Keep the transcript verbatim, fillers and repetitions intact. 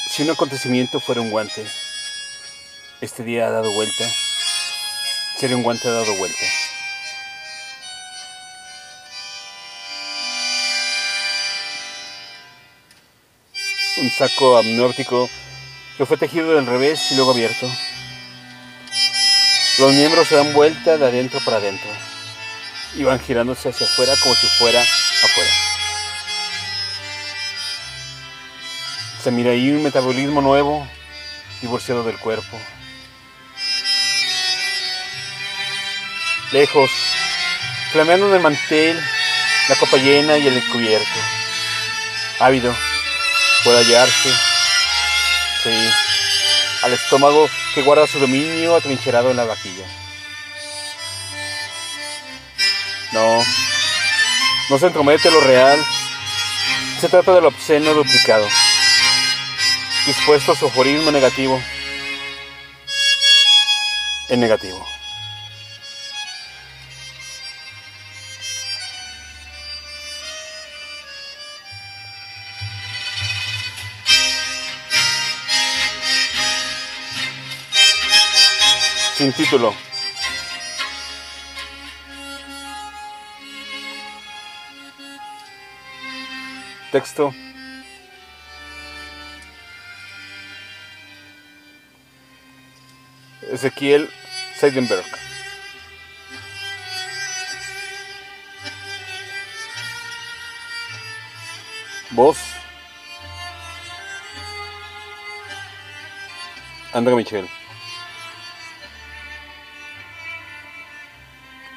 Si un acontecimiento fuera un guante, este día ha dado vuelta, sería un guante dado vuelta. Un saco amniótico que fue tejido del revés y luego abierto. Los miembros se dan vuelta de adentro para adentro y van girándose hacia afuera como si fuera afuera. Se mira ahí un metabolismo nuevo, divorciado del cuerpo. Lejos, flameando en el mantel, la copa llena y el cubierto. Ávido, puede hallarse, sí, al estómago que guarda su dominio atrincherado en la vaquilla. No, no se entromete lo real, se trata del obsceno duplicado, dispuesto a su aforismo negativo, en negativo. Sin título. Texto. Ezequiel Seidenberg. Voz. André Michel.